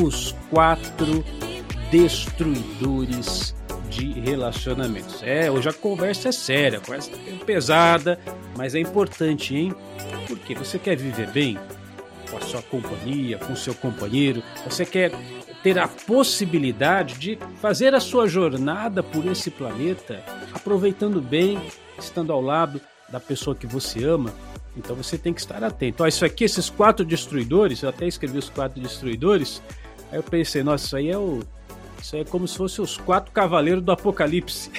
os 4 destruidores de relacionamentos. Hoje a conversa é séria, a conversa é pesada, mas é importante, hein? Porque você quer viver bem com a sua companhia, com o seu companheiro, você quer ter a possibilidade de fazer a sua jornada por esse planeta, aproveitando bem, estando ao lado da pessoa que você ama. Então você tem que estar atento. Isso aqui, esses 4 destruidores, eu até escrevi os 4 destruidores, aí eu pensei, nossa, isso aí é como se fossem os 4 cavaleiros do Apocalipse.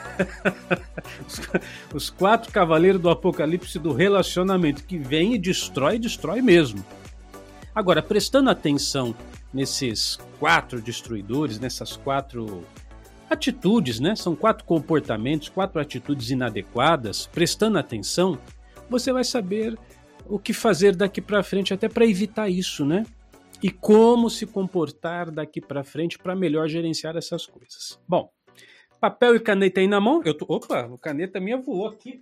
Os 4 cavaleiros do Apocalipse do relacionamento, que vem e destrói mesmo. Agora, prestando atenção nesses 4 destruidores, nessas 4 atitudes, né? São 4 comportamentos, 4 atitudes inadequadas. Prestando atenção, você vai saber o que fazer daqui para frente, até para evitar isso, né? E como se comportar daqui para frente para melhor gerenciar essas coisas. Bom, papel e caneta aí na mão. Opa, a caneta minha voou aqui.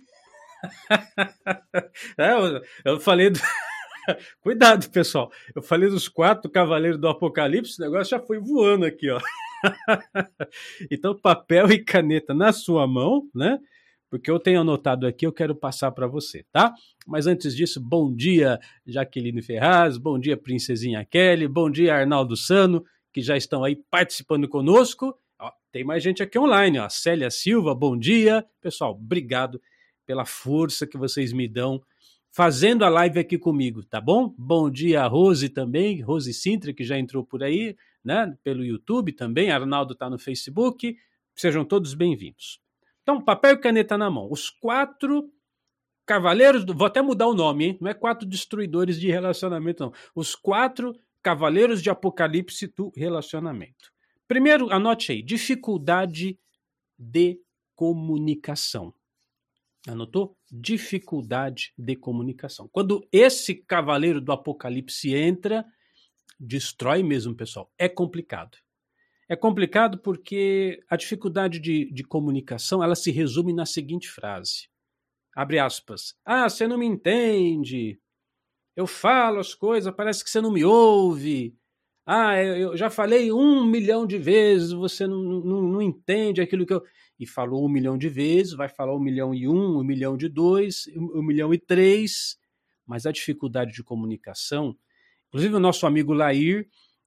Eu falei Cuidado, pessoal. Eu falei dos 4 cavaleiros do Apocalipse, o negócio já foi voando aqui, ó. Então, papel e caneta na sua mão, né? Porque eu tenho anotado aqui, eu quero passar para você, tá? Mas antes disso, bom dia, Jaqueline Ferraz, bom dia, Princesinha Kelly, bom dia, Arnaldo Sano, que já estão aí participando conosco. Ó, tem mais gente aqui online, ó. Célia Silva, bom dia. Pessoal, obrigado pela força que vocês me dão fazendo a live aqui comigo, tá bom? Bom dia, Rose também, Rose Sintra, que já entrou por aí, né? Pelo YouTube também, Arnaldo está no Facebook. Sejam todos bem-vindos. Então, papel e caneta na mão. Os 4 cavaleiros, vou até mudar o nome, hein? Não é 4 destruidores de relacionamento, não. Os 4 cavaleiros de Apocalipse do relacionamento. Primeiro, anote aí, dificuldade de comunicação. Anotou? Dificuldade de comunicação. Quando esse cavaleiro do Apocalipse entra, destrói mesmo, pessoal. É complicado. É complicado porque a dificuldade de comunicação, ela se resume na seguinte frase. Abre aspas. Ah, você não me entende. Eu falo as coisas, parece que você não me ouve. Ah, eu já falei 1 milhão de vezes, você não entende aquilo que eu... E falou 1 milhão de vezes, vai falar 1 milhão e 1, 1 milhão de 2, 1 milhão e 3. Mas a dificuldade de comunicação... Inclusive o nosso amigo Lair,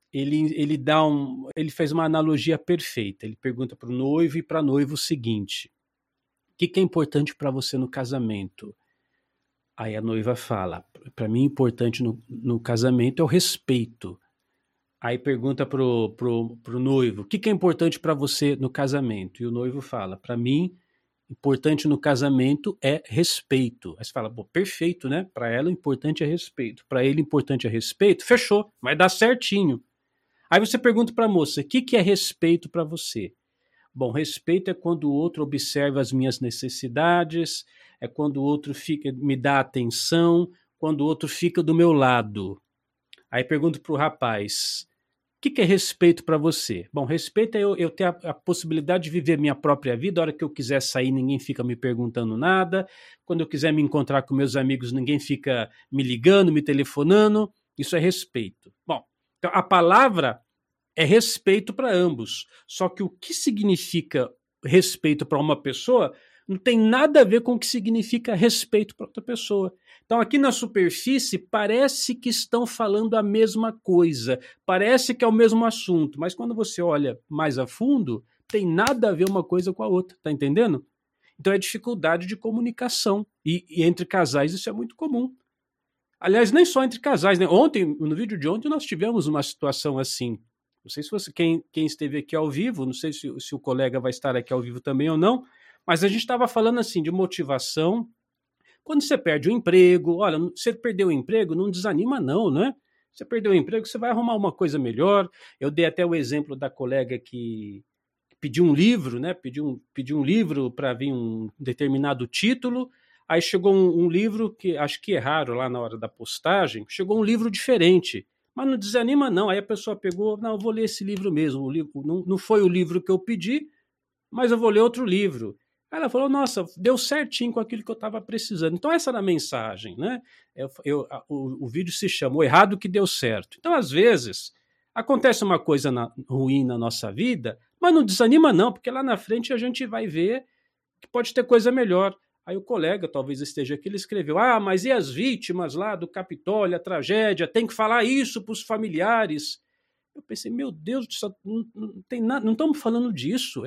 ele fez uma analogia perfeita. Ele pergunta para o noivo e para a noiva o seguinte: o que é importante para você no casamento? Aí a noiva fala, para mim importante no casamento é o respeito. Aí pergunta pro noivo, o que é importante para você no casamento? E o noivo fala, para mim, importante no casamento é respeito. Aí você fala, perfeito, né? Para ela o importante é respeito. Para ele o importante é respeito? Fechou, vai dar certinho. Aí você pergunta para a moça, o que é respeito para você? Bom, respeito é quando o outro observa as minhas necessidades, é quando o outro me dá atenção, quando o outro fica do meu lado. Aí pergunto para o rapaz, o que é respeito para você? Bom, respeito é eu ter a possibilidade de viver minha própria vida, a hora que eu quiser sair ninguém fica me perguntando nada, quando eu quiser me encontrar com meus amigos ninguém fica me ligando, me telefonando, isso é respeito. Bom, então a palavra é respeito para ambos, só que o que significa respeito para uma pessoa não tem nada a ver com o que significa respeito para outra pessoa. Então, aqui na superfície, parece que estão falando a mesma coisa, parece que é o mesmo assunto, mas quando você olha mais a fundo, tem nada a ver uma coisa com a outra, tá entendendo? Então, é dificuldade de comunicação, e entre casais isso é muito comum. Aliás, nem só entre casais, né? No vídeo de ontem, nós tivemos uma situação assim. Não sei se quem esteve aqui ao vivo, não sei se o colega vai estar aqui ao vivo também ou não, mas a gente estava falando assim de motivação. Quando você perde o emprego, olha, você perdeu o emprego, não desanima não, né? Você perdeu o emprego, você vai arrumar uma coisa melhor. Eu dei até o exemplo da colega que pediu um livro, né? Pediu um livro para vir um determinado título, aí chegou um livro que acho que erraram lá na hora da postagem, chegou um livro diferente. Mas não desanima não, aí a pessoa pegou, não, eu vou ler esse livro mesmo, o livro, não foi o livro que eu pedi, mas eu vou ler outro livro. Aí ela falou, nossa, deu certinho com aquilo que eu estava precisando. Então essa era a mensagem, né? O vídeo se chama O Errado que Deu Certo. Então às vezes Acontece uma coisa ruim na nossa vida, mas não desanima não, porque lá na frente a gente vai ver que pode ter coisa melhor. Aí o colega, talvez esteja aqui, ele escreveu: mas e as vítimas lá do Capitólio, a tragédia, tem que falar isso para os familiares. Eu pensei, meu Deus, não tem nada, não estamos falando disso.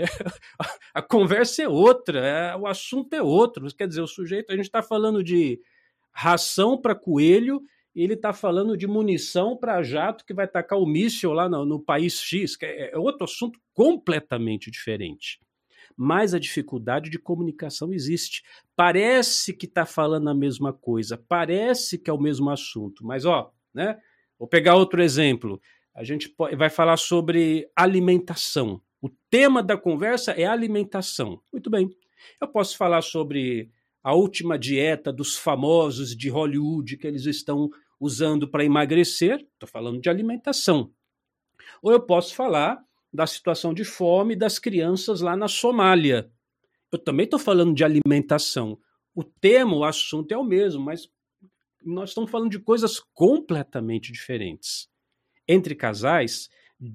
A conversa é outra, o assunto é outro. Quer dizer, o sujeito, a gente está falando de ração para coelho, e ele está falando de munição para jato que vai tacar o míssil lá no país X, que é outro assunto completamente diferente. Mas a dificuldade de comunicação existe. Parece que está falando a mesma coisa, parece que é o mesmo assunto, mas né? Vou pegar outro exemplo. A gente vai falar sobre alimentação. O tema da conversa é alimentação. Muito bem. Eu posso falar sobre a última dieta dos famosos de Hollywood que eles estão usando para emagrecer. Estou falando de alimentação. Ou eu posso falar da situação de fome das crianças lá na Somália. Eu também estou falando de alimentação. O tema, o assunto é o mesmo, mas nós estamos falando de coisas completamente diferentes. Entre casais,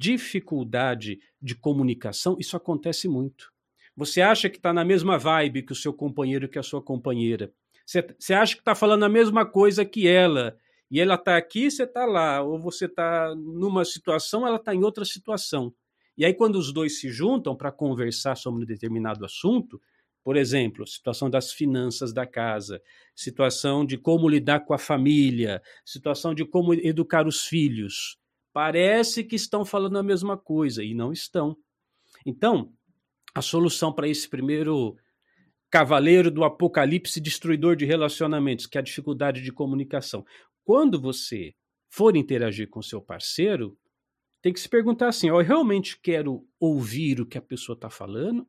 dificuldade de comunicação, isso acontece muito. Você acha que está na mesma vibe que o seu companheiro, que a sua companheira. Você acha que está falando a mesma coisa que ela, e ela está aqui, você está lá, ou você está numa situação, ela está em outra situação. E aí, quando os dois se juntam para conversar sobre um determinado assunto, por exemplo, situação das finanças da casa, situação de como lidar com a família, situação de como educar os filhos, parece que estão falando a mesma coisa e não estão. Então, a solução para esse primeiro cavaleiro do apocalipse destruidor de relacionamentos, que é a dificuldade de comunicação. Quando você for interagir com seu parceiro, tem que se perguntar assim, eu realmente quero ouvir o que a pessoa está falando?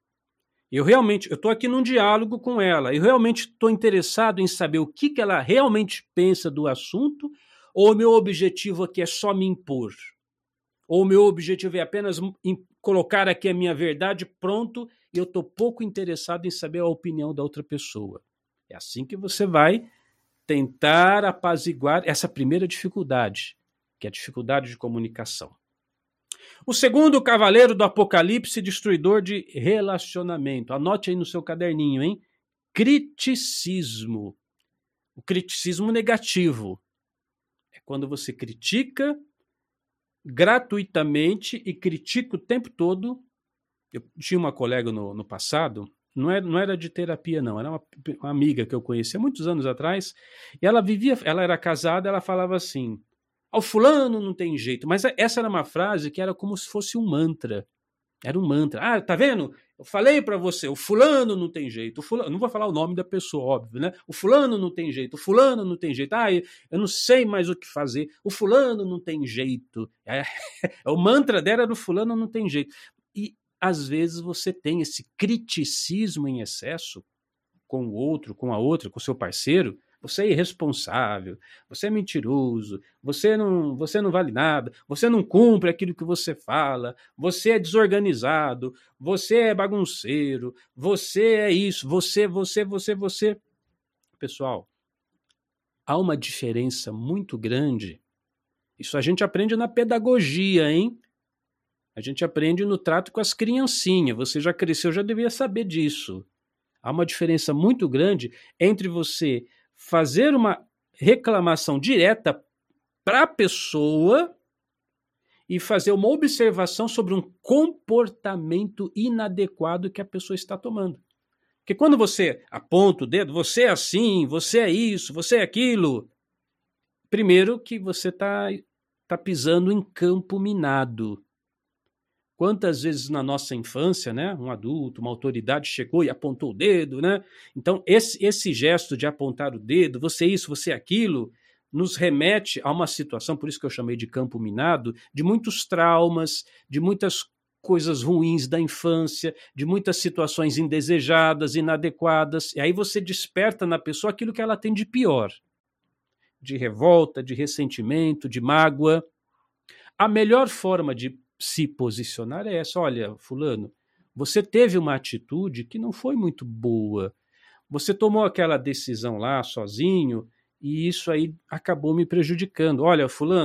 Eu estou aqui num diálogo com ela, eu realmente estou interessado em saber o que ela realmente pensa do assunto, ou o meu objetivo aqui é só me impor? Ou o meu objetivo é apenas colocar aqui a minha verdade, pronto, e eu estou pouco interessado em saber a opinião da outra pessoa? É assim que você vai tentar apaziguar essa primeira dificuldade, que é a dificuldade de comunicação. O segundo cavaleiro do apocalipse destruidor de relacionamento. Anote aí no seu caderninho, hein? Criticismo. O criticismo negativo. É quando você critica gratuitamente e critica o tempo todo. Eu tinha uma colega no passado, não era de terapia não, era uma amiga que eu conheci há muitos anos atrás, e ela era casada, ela falava assim, o fulano não tem jeito, mas essa era uma frase que era como se fosse um mantra, era um mantra, tá vendo? Eu falei para você, o fulano não tem jeito, o fulano, não vou falar o nome da pessoa, óbvio, né? O fulano não tem jeito, o fulano não tem jeito, eu não sei mais o que fazer, o fulano não tem jeito, o mantra dela era o fulano não tem jeito, e às vezes você tem esse criticismo em excesso com o outro, com a outra, com o seu parceiro, você é irresponsável, você é mentiroso, você não vale nada, você não cumpre aquilo que você fala, você é desorganizado, você é bagunceiro, você é isso, você. Pessoal, há uma diferença muito grande. Isso a gente aprende na pedagogia, hein? A gente aprende no trato com as criancinhas. Você já cresceu, já devia saber disso. Há uma diferença muito grande entre você fazer uma reclamação direta para a pessoa e fazer uma observação sobre um comportamento inadequado que a pessoa está tomando. Porque quando você aponta o dedo, você é assim, você é isso, você é aquilo, primeiro que você está pisando em campo minado. Quantas vezes na nossa infância, né, um adulto, uma autoridade chegou e apontou o dedo, né? Então, esse gesto de apontar o dedo, você isso, você aquilo, nos remete a uma situação, por isso que eu chamei de campo minado, de muitos traumas, de muitas coisas ruins da infância, de muitas situações indesejadas, inadequadas, e aí você desperta na pessoa aquilo que ela tem de pior, de revolta, de ressentimento, de mágoa. A melhor forma de se posicionar é essa, olha, fulano, você teve uma atitude que não foi muito boa, você tomou aquela decisão lá sozinho e isso aí acabou me prejudicando. Olha, fulano,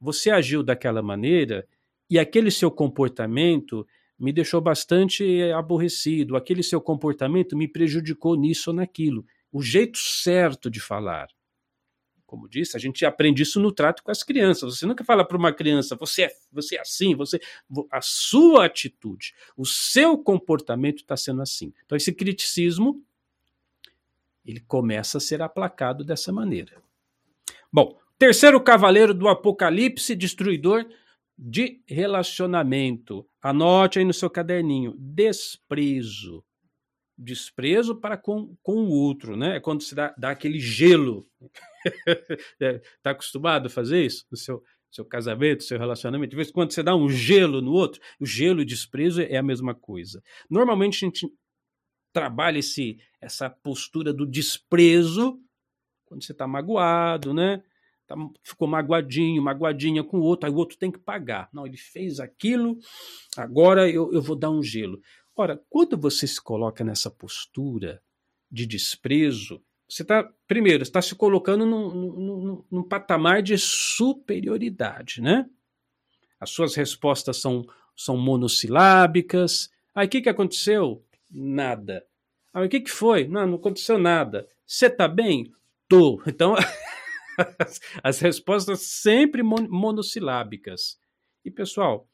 você agiu daquela maneira e aquele seu comportamento me deixou bastante aborrecido, aquele seu comportamento me prejudicou nisso ou naquilo. O jeito certo de falar. Como disse, a gente aprende isso no trato com as crianças. Você nunca fala para uma criança, você é assim, a sua atitude, o seu comportamento está sendo assim. Então esse criticismo, ele começa a ser aplacado dessa maneira. Bom, terceiro cavaleiro do Apocalipse, destruidor de relacionamento. Anote aí no seu caderninho, desprezo. Desprezo para com o outro, né? É quando se dá aquele gelo. Está acostumado a fazer isso no seu casamento, no seu relacionamento? De vez em quando você dá um gelo no outro, o gelo e o desprezo é a mesma coisa. Normalmente a gente trabalha essa postura do desprezo quando você está magoado, né? Ficou magoadinha com o outro, aí o outro tem que pagar. Não, ele fez aquilo, agora eu vou dar um gelo. Ora, quando você se coloca nessa postura de desprezo, você está se colocando num patamar de superioridade, né? As suas respostas são monossilábicas. Aí o que aconteceu? Nada. Aí o que foi? Não aconteceu nada. Você está bem? Tô. Então, as respostas sempre monossilábicas. E, pessoal,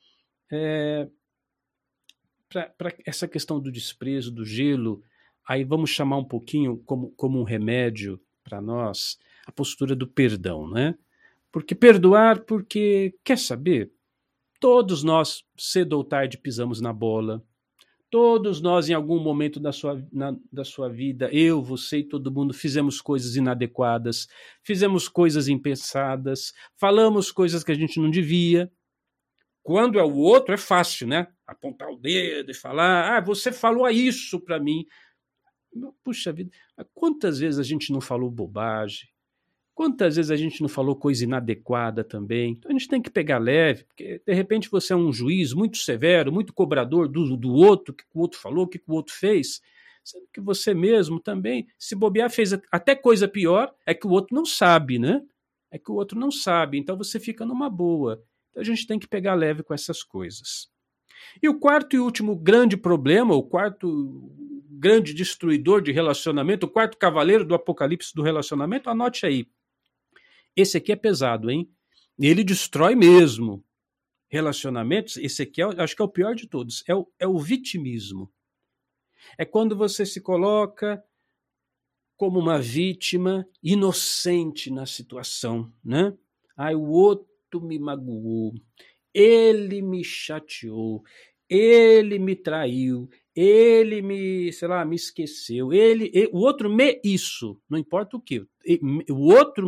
para essa questão do desprezo, do gelo, aí vamos chamar um pouquinho como um remédio para nós a postura do perdão, né? Porque perdoar, porque, quer saber? Todos nós, cedo ou tarde, pisamos na bola. Todos nós, em algum momento da sua vida, eu, você e todo mundo, fizemos coisas inadequadas, fizemos coisas impensadas, falamos coisas que a gente não devia. Quando é o outro, é fácil, né? Apontar o dedo e falar, você falou isso para mim. Puxa vida, quantas vezes a gente não falou bobagem? Quantas vezes a gente não falou coisa inadequada também? Então a gente tem que pegar leve, porque de repente você é um juiz muito severo, muito cobrador do outro, o que o outro falou, o que o outro fez, sendo que você mesmo também, se bobear, fez até coisa pior, é que o outro não sabe, né? É que o outro não sabe, então você fica numa boa. Então a gente tem que pegar leve com essas coisas. E o quarto e último grande problema, o quarto grande destruidor de relacionamento, o quarto cavaleiro do Apocalipse do relacionamento, anote aí. Esse aqui é pesado, hein? Ele destrói mesmo relacionamentos. Esse aqui acho que é o pior de todos. É o vitimismo. É quando você se coloca como uma vítima inocente na situação, né? O outro me magoou, ele me chateou, ele me traiu, ele me esqueceu, o outro isso, não importa o que, o outro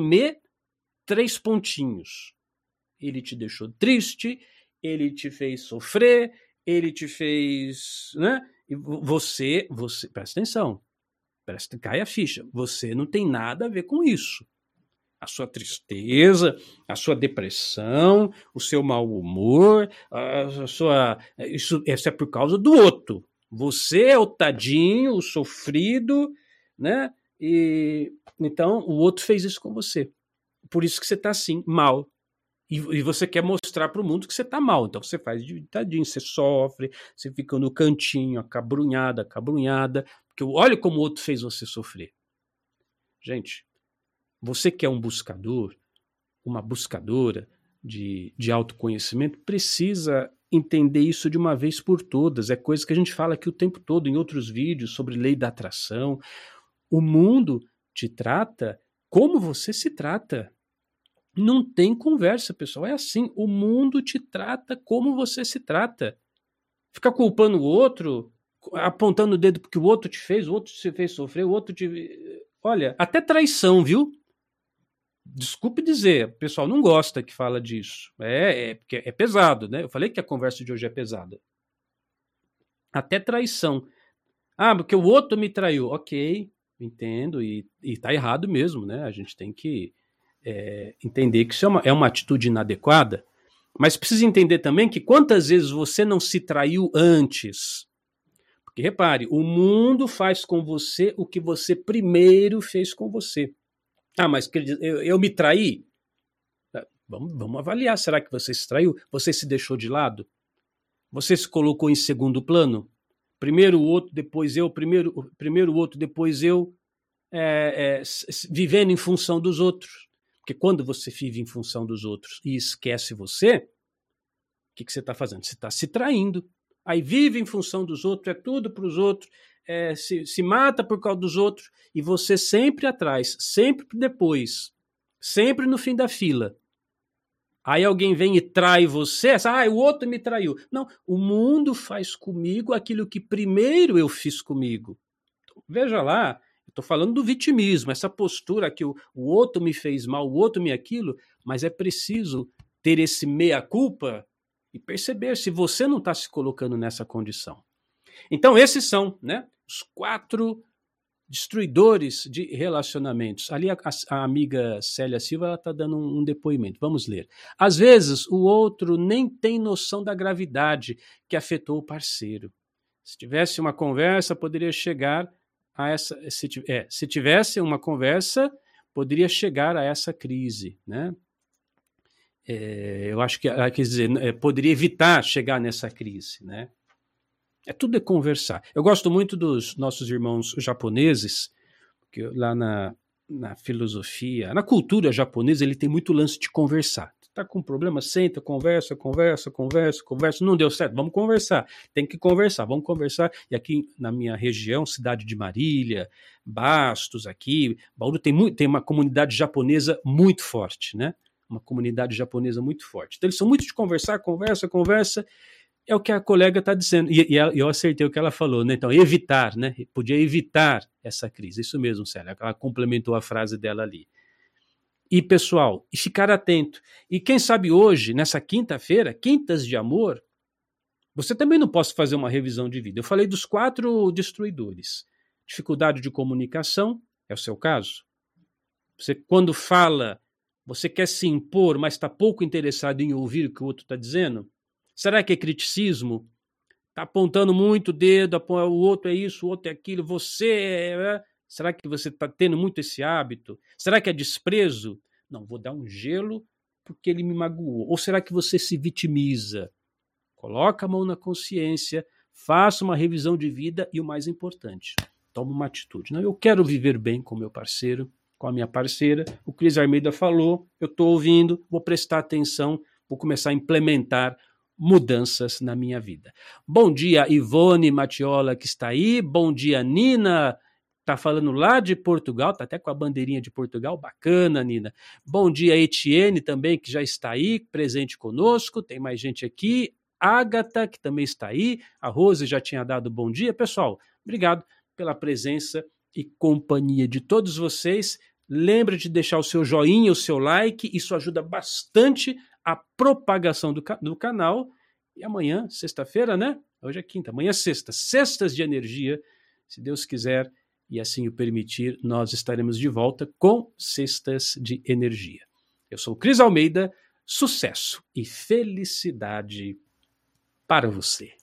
3 pontinhos. Ele te deixou triste, ele te fez sofrer, ele te fez, né? E você, presta atenção, cai a ficha, você não tem nada a ver com isso. A sua tristeza, a sua depressão, o seu mau humor, isso é por causa do outro. Você é o tadinho, o sofrido, né? E então o outro fez isso com você. Por isso que você está assim, mal. E você quer mostrar para o mundo que você está mal. Então você faz de tadinho, você sofre, você fica no cantinho, acabrunhada, porque olha como o outro fez você sofrer. Gente, você que é um buscador, uma buscadora de autoconhecimento, precisa entender isso de uma vez por todas. É coisa que a gente fala aqui o tempo todo em outros vídeos sobre lei da atração. O mundo te trata como você se trata. Não tem conversa, pessoal. É assim, o mundo te trata como você se trata. Ficar culpando o outro, apontando o dedo porque o outro te fez, o outro te fez sofrer, o outro te... Olha, até traição, viu? Desculpe dizer, o pessoal não gosta que fala disso. Porque é pesado, né? Eu falei que a conversa de hoje é pesada. Até traição. Porque o outro me traiu. Ok, entendo, e tá errado mesmo, né? A gente tem que entender que isso é uma atitude inadequada, mas precisa entender também que quantas vezes você não se traiu antes. Porque repare, o mundo faz com você o que você primeiro fez com você. Mas eu me traí? Vamos avaliar. Será que você se traiu? Você se deixou de lado? Você se colocou em segundo plano? Primeiro o outro, depois eu. Primeiro o outro, depois eu. Vivendo em função dos outros. Porque quando você vive em função dos outros e esquece você, o que você está fazendo? Você está se traindo. Aí vive em função dos outros, é tudo para os outros, se mata por causa dos outros, e você sempre atrás, sempre depois, sempre no fim da fila. Aí alguém vem e trai você, o outro me traiu. Não, o mundo faz comigo aquilo que primeiro eu fiz comigo. Então, veja lá, eu estou falando do vitimismo, essa postura que o outro me fez mal, o outro me aquilo, mas é preciso ter esse meia-culpa e perceber se você não está se colocando nessa condição. Então, esses são, né, os 4 destruidores de relacionamentos. Ali a amiga Célia Silva está dando um depoimento. Vamos ler. Às vezes, o outro nem tem noção da gravidade que afetou o parceiro. Se tivesse uma conversa, poderia chegar a essa... Se tivesse uma conversa, poderia chegar a essa crise, né? Eu acho que, quer dizer, poderia evitar chegar nessa crise, né? Tudo é conversar. Eu gosto muito dos nossos irmãos japoneses, porque lá na filosofia, na cultura japonesa, ele tem muito lance de conversar. Está com um problema, senta, conversa, não deu certo, vamos conversar, tem que conversar, vamos conversar. E aqui na minha região, cidade de Marília, Bastos, aqui, Bauru tem uma comunidade japonesa muito forte, né? Uma comunidade japonesa muito forte. Então eles são muito de conversar, conversa, é o que a colega está dizendo, e eu acertei o que ela falou, né? Então, evitar, né? Podia evitar essa crise, isso mesmo, Célia, ela complementou a frase dela ali. E, pessoal, e ficar atento. E quem sabe hoje, nessa quinta-feira, Quintas de Amor, você também não pode fazer uma revisão de vida. Eu falei dos 4 destruidores. Dificuldade de comunicação, é o seu caso? Você, quando fala, você quer se impor, mas está pouco interessado em ouvir o que o outro está dizendo? Será que é criticismo? Está apontando muito o dedo, o outro é isso, o outro é aquilo, Será que você está tendo muito esse hábito? Será que é desprezo? Não, vou dar um gelo porque ele me magoou. Ou será que você se vitimiza? Coloca a mão na consciência, faça uma revisão de vida e o mais importante, toma uma atitude. Não, eu quero viver bem com meu parceiro, com a minha parceira. O Cris Armeida falou, eu estou ouvindo, vou prestar atenção, vou começar a implementar mudanças na minha vida. Bom dia, Ivone Matiola, que está aí. Bom dia, Nina, está falando lá de Portugal, está até com a bandeirinha de Portugal. Bacana, Nina. Bom dia, Etienne, também, que já está aí, presente conosco. Tem mais gente aqui. Ágata, que também está aí. A Rose já tinha dado bom dia. Pessoal, obrigado pela presença e companhia de todos vocês. Lembre de deixar o seu joinha, o seu like, isso ajuda bastante a propagação do canal. E amanhã, sexta-feira, né? Hoje é quinta, amanhã é sexta. Sextas de energia, se Deus quiser e assim o permitir, nós estaremos de volta com Sextas de Energia. Eu sou o Cris Almeida, sucesso e felicidade para você.